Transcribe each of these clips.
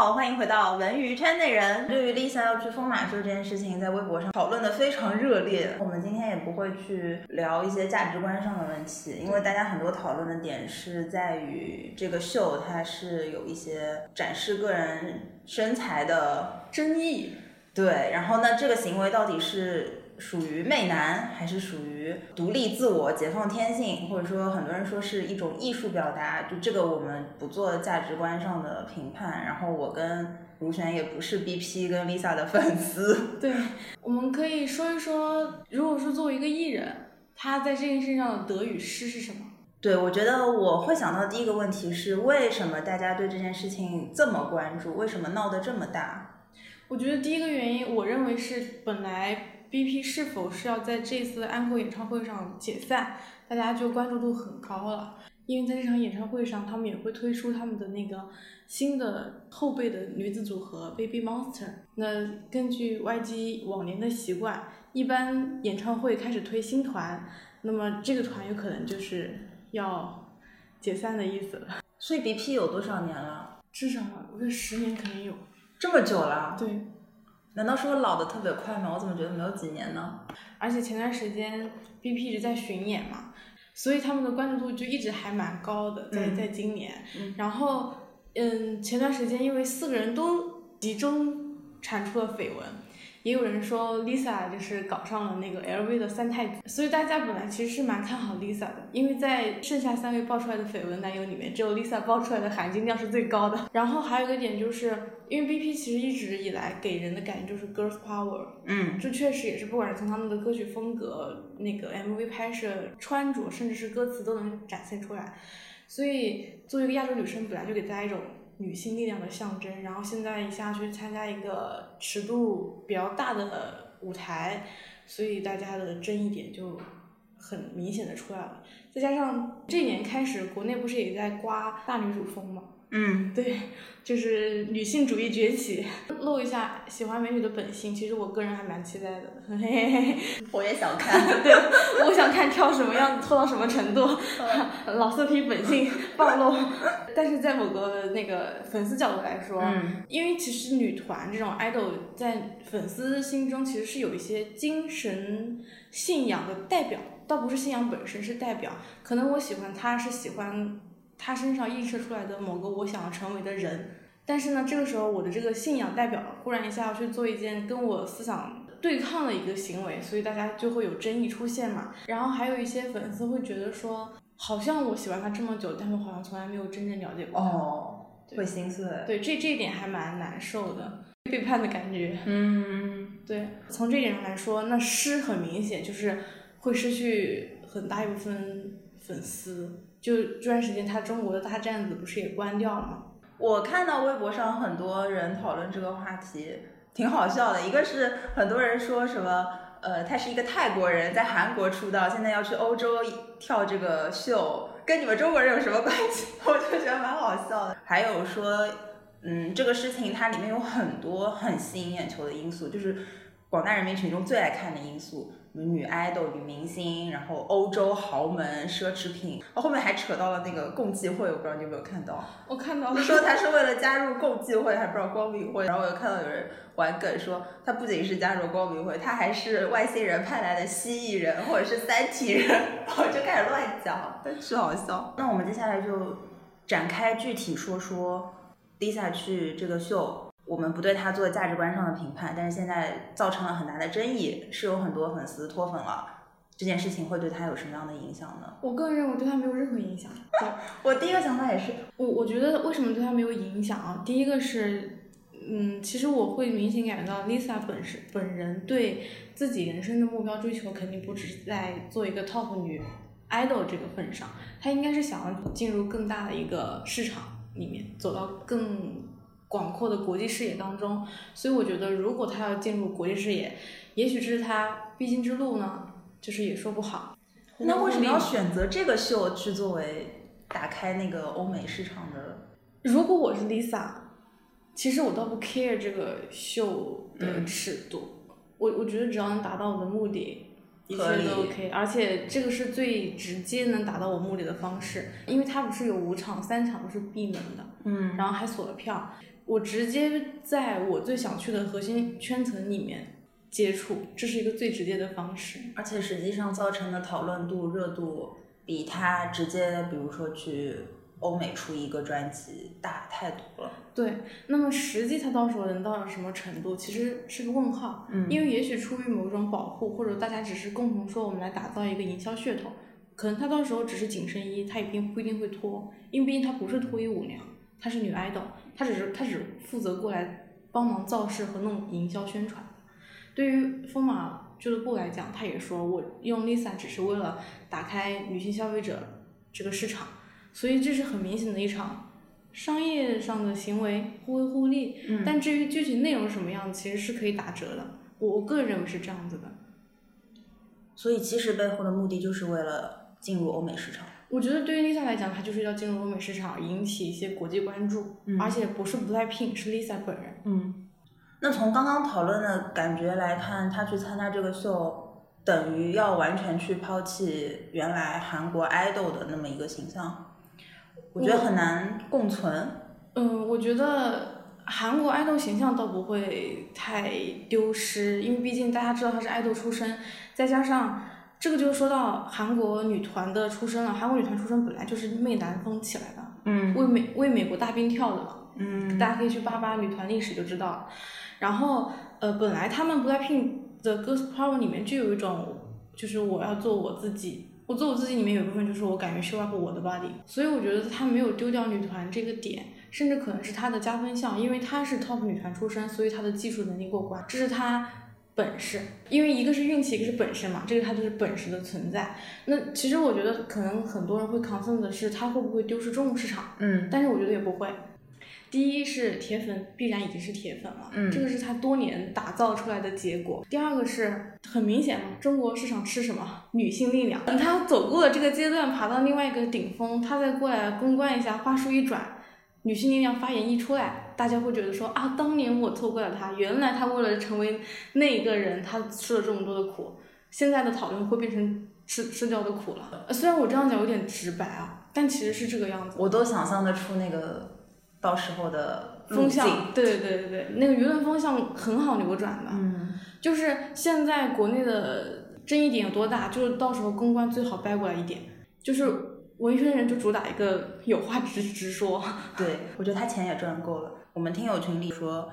好，欢迎回到文娱圈内人。对于 Lisa 要去疯马秀这件事情，在微博上讨论的非常热烈。我们今天也不会去聊一些价值观上的问题，因为大家很多讨论的点是在于这个秀它是有一些展示个人身材的争议。 对，然后呢，这个行为到底是属于媚男还是属于独立自我解放天性，或者说很多人说是一种艺术表达，就这个我们不做价值观上的评判。然后我跟如璇也不是 BP 跟 Lisa 的粉丝。 对，我们可以说一说，如果说作为一个艺人，他在这件事上的得与失是什么？ 对，我觉得我会想到的第一个问题是，为什么大家对这件事情这么关注，为什么闹得这么大？ 我觉得第一个原因，我认为是本来 BP 是否是要在这次安可演唱会上解散，大家就关注度很高了。因为在这场演唱会上，他们也会推出他们的那个新的后备的女子组合 Baby Monster。那根据 YG 往年的习惯，一般演唱会开始推新团，那么这个团有可能就是要解散的意思了。 所以 BP 有多少年了？ 至少我觉得10年肯定有。 这么久了？ 对。 难道说老的特别快吗？我怎么觉得没有几年呢？ 而且前段时间 BP 一直在巡演嘛，所以他们的关注度就一直还蛮高的，在今年。然后前段时间因为4个人都集中产出了绯闻，也有人说 Lisa 就是搞上了那个 LV 的三太子，所以大家本来其实是蛮看好 Lisa 的，因为在剩下3位爆出来的绯闻男友里面，只有 Lisa 爆出来的含金量是最高的。然后还有一个点就是，因为 BP 其实一直以来给人的感觉就是 girls power， 这确实也是不管是从他们的歌曲风格、那个 MV 拍摄、穿着，甚至是歌词都能展现出来。所以作为一个亚洲女生，本来就给大家一种女性力量的象征，然后现在一下去参加一个尺度比较大的舞台，所以大家的争议点就很明显的出来了。再加上这年开始，国内不是也在刮大女主风吗？对，就是女性主义崛起，露一下喜欢美女的本性，其实我个人还蛮期待的。 我也想看。 对，我想看跳什么样子，脱到什么程度，老色批本性暴露。但是在某个那个粉丝角度来说，因为其实女团这种 idol 在粉丝心中其实是有一些精神信仰的代表，倒不是信仰本身，是代表。可能我喜欢他是喜欢他身上映射出来的某个我想要成为的人，但是呢，这个时候我的这个信仰代表忽然一下要去做一件跟我思想对抗的一个行为，所以大家就会有争议出现嘛。然后还有一些粉丝会觉得说，好像我喜欢他这么久，但我好像从来没有真正了解过他。 会心碎。 对，这一点还蛮难受的，背叛的感觉。对，从这一点上来说，那失很明显就是会失去很大一部分粉丝。就这段时间他中国的大站子不是也关掉了吗？ 我看到微博上很多人讨论这个话题，挺好笑的。一个是很多人说什么他是一个泰国人，在韩国出道，现在要去欧洲跳这个秀，跟你们中国人有什么关系？我就觉得蛮好笑的。还有说这个事情它里面有很多很吸引眼球的因素，就是广大人民群众最爱看的因素，女爱豆、女明星，然后欧洲豪门、奢侈品，后面还扯到了那个共济会，我不知道你有没有看到？ 我看到了， 说他是为了加入共济会，还不知道光明会。然后我又看到有人玩梗说，他不仅是加入光明会，他还是外星人派来的蜥蜴人或者是三体人，我就开始乱讲，但是好笑。那我们接下来就展开具体说说 Lisa 去这个秀。我们不对他做价值观上的评判，但是现在造成了很大的争议，是有很多粉丝脱粉了。这件事情会对他有什么样的影响呢？ 我个人认为对他没有任何影响。 我第一个想法也是， 我觉得为什么对他没有影响啊？第一个是，其实我会明显感觉到 Lisa 本人对自己人生的目标追求肯定不只是在做一个 top 女 idol 这个份上，她应该是想要进入更大的一个市场里面，走到更广阔的国际视野当中。所以我觉得如果他要进入国际视野，也许这是他必经之路呢，就是也说不好。 那为什么要选择这个秀去作为打开那个欧美市场的？ 如果我是 Lisa， 其实我倒不 care 这个秀的尺度，我觉得只要能达到我的目的，一切都 OK， 而且这个是最直接能达到我目的的方式，因为它不是有5场，3场都是闭门的，然后还锁了票。 我直接在我最想去的核心圈层里面接触，这是一个最直接的方式。 而且实际上造成的讨论度、热度比他直接比如说去欧美出一个专辑大太多了。 对，那么实际他到时候能到什么程度，其实是个问号。因为也许出于某种保护，或者大家只是共同说我们来打造一个营销噱头，可能他到时候只是紧身衣，他也不一定会脱，因为毕竟他不是脱衣舞娘，她是女 idol， 她只负责过来帮忙造势和弄营销宣传。对于疯马俱乐部来讲，他也说我用 Lisa 只是为了打开女性消费者这个市场，所以这是很明显的一场商业上的行为，互惠互利。但至于具体内容什么样，其实是可以打折的。我个人认为是这样子的。 所以其实背后的目的就是为了进入欧美市场。 我觉得对于 Lisa 来讲，她就是要进入欧美市场，引起一些国际关注，而且不是 BLACKPINK， 是 Lisa 本人。 那从刚刚讨论的感觉来看，她去参加这个秀，等于要完全去抛弃原来韩国 idol 的那么一个形象，我觉得很难共存。 我觉得韩国 idol 形象倒不会太丢失，因为毕竟大家知道她是 idol 出身，再加上这个就说到韩国女团的出身了。韩国女团出身本来就是媚男风起来的，为美国大兵跳的嘛，大家可以去扒扒女团历史就知道了。然后本来他们 BLACKPINK 的 Girls Power 里面就有一种，就是我要做我自己，我做我自己里面有一部分就是我敢于 show up 我的 body， 所以我觉得他没有丢掉女团这个点，甚至可能是他的加分项，因为他是 top 女团出身，所以他的技术能力过关，这是他本事。因为一个是运气，一个是本事嘛，这个他就是本事的存在。那其实我觉得可能很多人会 concern 的是他会不会丢失中国市场，但是我觉得也不会。第一是铁粉必然已经是铁粉了，这个是他多年打造出来的结果。第二个是很明显嘛，中国市场吃什么？女性力量。等他走过了这个阶段，爬到另外一个顶峰，他再过来公关一下，话术一转，女性力量发言一出来，大家会觉得说啊，当年我错怪了他，原来他为了成为那个人，他吃了这么多的苦。现在的讨论会变成吃掉的苦了。虽然我这样讲有点直白啊，但其实是这个样子。 我都想象得出那个到时候的风向，对，那个舆论风向很好扭转的。就是现在国内的争议点有多大，就是到时候公关最好掰过来一点，就是文宣人就主打一个有话直说。 对，我觉得他钱也赚够了。我们听友群里说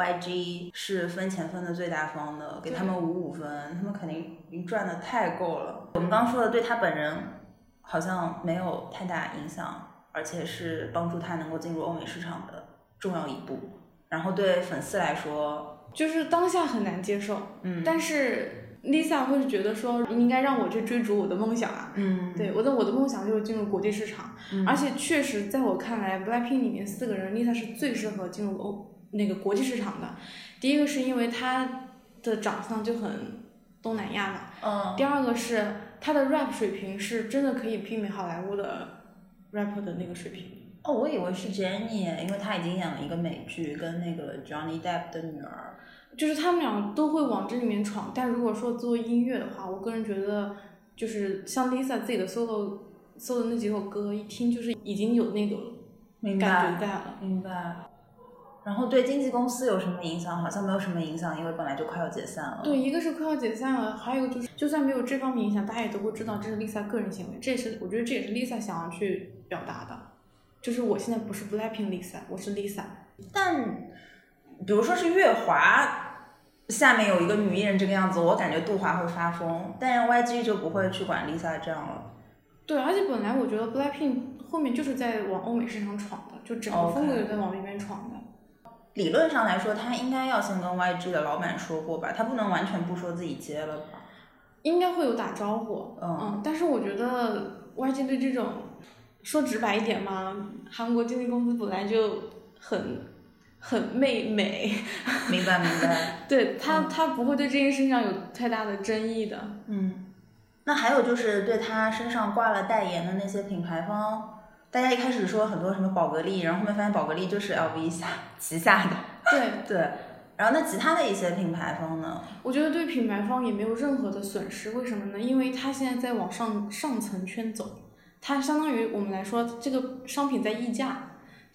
YG 是分钱分的最大方的，给他们55分，他们肯定已经赚的太够了。我们刚说的对他本人好像没有太大影响，而且是帮助他能够进入欧美市场的重要一步。然后对粉丝来说， 就是当下很难接受，但是 Lisa 会觉得说你应该让我去追逐我的梦想啊。对，我的梦想就是进入国际市场，而且确实在我看来 BLACKPINK 里面4个人 Lisa 是最适合进入那个国际市场的。第一个是因为她的长相就很东南亚嘛，第二个是她的 rap 水平是真的可以媲美好莱坞的 rap 的那个水平。 我以为是 Jennie， 因为她已经演了一个美剧，跟那个 Johnny Depp 的女儿， 就是他们俩都会往这里面闯。但如果说做音乐的话，我个人觉得就是像 Lisa 自己的 solo 的那几首歌，一听就是已经有那个感觉在了。 明白。然后对经纪公司有什么影响？好像没有什么影响，因为本来就快要解散了。 对，一个是快要解散了，还有就是就算没有这方面影响，大家也都会知道这是 Lisa 个人行为，我觉得这也是 Lisa 想要去表达的，就是我现在不是 BLACKPINK Lisa， 我是 Lisa。 但比如说是乐华下面有一个女艺人这个样子，我感觉杜华会发疯，但 YG 就不会去管 Lisa 这样了。 对，而且本来我觉得 BLACKPINK 后面就是在往欧美市场闯的，就整个风格也在往那边闯的。 理论上来说，他应该要先跟 YG 的老板说过吧，他不能完全不说自己接了吧？ 应该会有打招呼，但是我觉得 YG 对这种，说直白一点嘛，韩国经纪公司本来就很媚美。 明白。 对他不会对这件事情上有太大的争议的。 那还有就是对他身上挂了代言的那些品牌方。大家一开始说很多什么宝格丽，然后后面发现宝格丽就是 LV 旗下的。对，然后那其他的一些品牌方呢？ 我觉得对品牌方也没有任何的损失，为什么呢？因为他现在在往上层圈走，它相当于我们来说这个商品在溢价，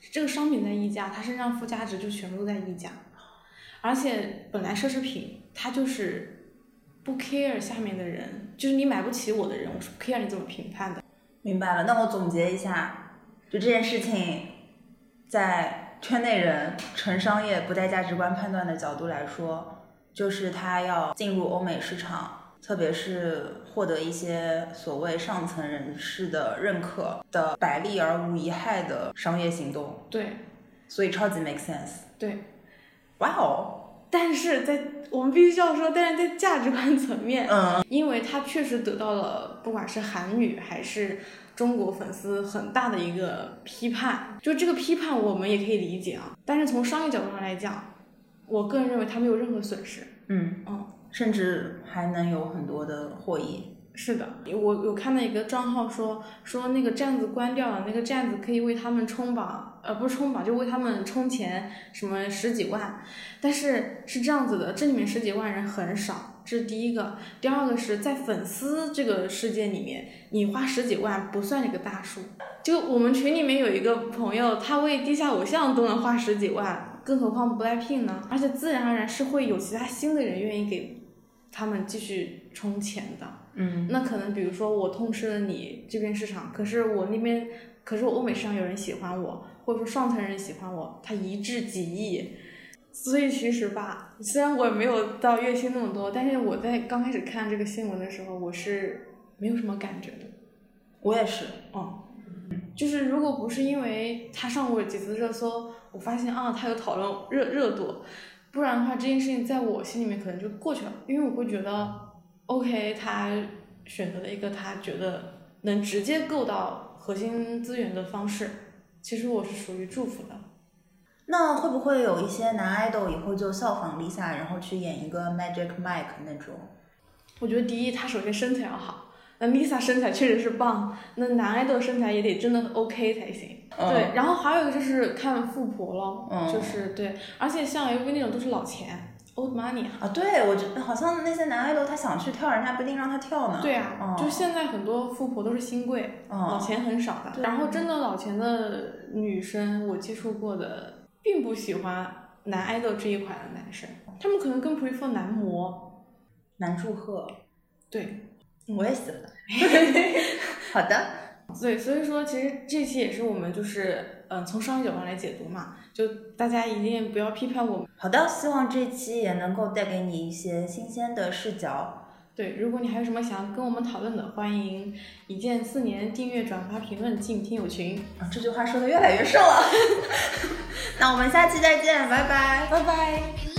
这个商品在溢价，它身上附加值就全部都在溢价，而且本来奢侈品它就是不 care 下面的人，就是你买不起我的人，我是不 care 你怎么评判的。 明白了，那我总结一下，就这件事情，在圈内人纯商业不带价值观判断的角度来说，就是他要进入欧美市场，特别是获得一些所谓上层人士的认可的百利而无一害的商业行动。 对， 所以超级 make sense。 对， 哇哦！ 但是我们必须要说，但是在价值观层面，因为他确实得到了不管是韩女还是中国粉丝很大的一个批判，就这个批判我们也可以理解啊，但是从商业角度上来讲，我个人认为他没有任何损失， 甚至还能有很多的获益。 是的，我有看到一个账号说那个站子关掉了，那个站子可以为他们冲榜，不是冲榜，就为他们充钱，什么10几万。但是是这样子的，这里面10几万人很少，这是第一个。第二个是在粉丝这个世界里面，你花10几万不算一个大数。就我们群里面有一个朋友，他为地下偶像都能花10几万，更何况 BLACKPINK 呢？而且自然而然是会有其他新的人愿意给他们继续充钱的。那可能比如说我痛失了你这边市场，可是我欧美市场有人喜欢我，或者说上层人喜欢我，他一掷几亿。所以其实吧，虽然我也没有到月薪那么多，但是我在刚开始看这个新闻的时候，我是没有什么感觉的。 我也是， 就是如果不是因为他上过几次热搜，我发现他有讨论热度，不然的话这件事情在我心里面可能就过去了，因为我会觉得OK， 他选择了一个他觉得能直接够到核心资源的方式，其实我是属于祝福的。 那会不会有一些男 idol 以后就效仿 Lisa， 然后去演一个 Magic Mike 那种？ 我觉得第一，他首先身材要好，那 Lisa 身材确实是棒，那男 idol 身材也得真的 OK 才行。对，然后还有一个就是看富婆咯，就是对，而且像 AV 那种都是老钱。Old money 对，我觉得好像那些男 idol 他想去跳，人家不一定让他跳呢。 对啊，就现在很多富婆都是新贵，老钱很少的。然后真的老钱的女生，我接触过的，并不喜欢男 idol 这一款的男生，他们可能更 prefer 男模、 男祝贺。 对， 我也死了。好的。 对，所以说其实这期也是我们就是从商业角度来解读嘛，就大家一定不要批判我们。 好的，希望这期也能够带给你一些新鲜的视角。 对，如果你还有什么想跟我们讨论的，欢迎一键4年订阅、转发、评论进听友群。 这句话说的越来越顺了。那我们下期再见，拜拜， 拜拜。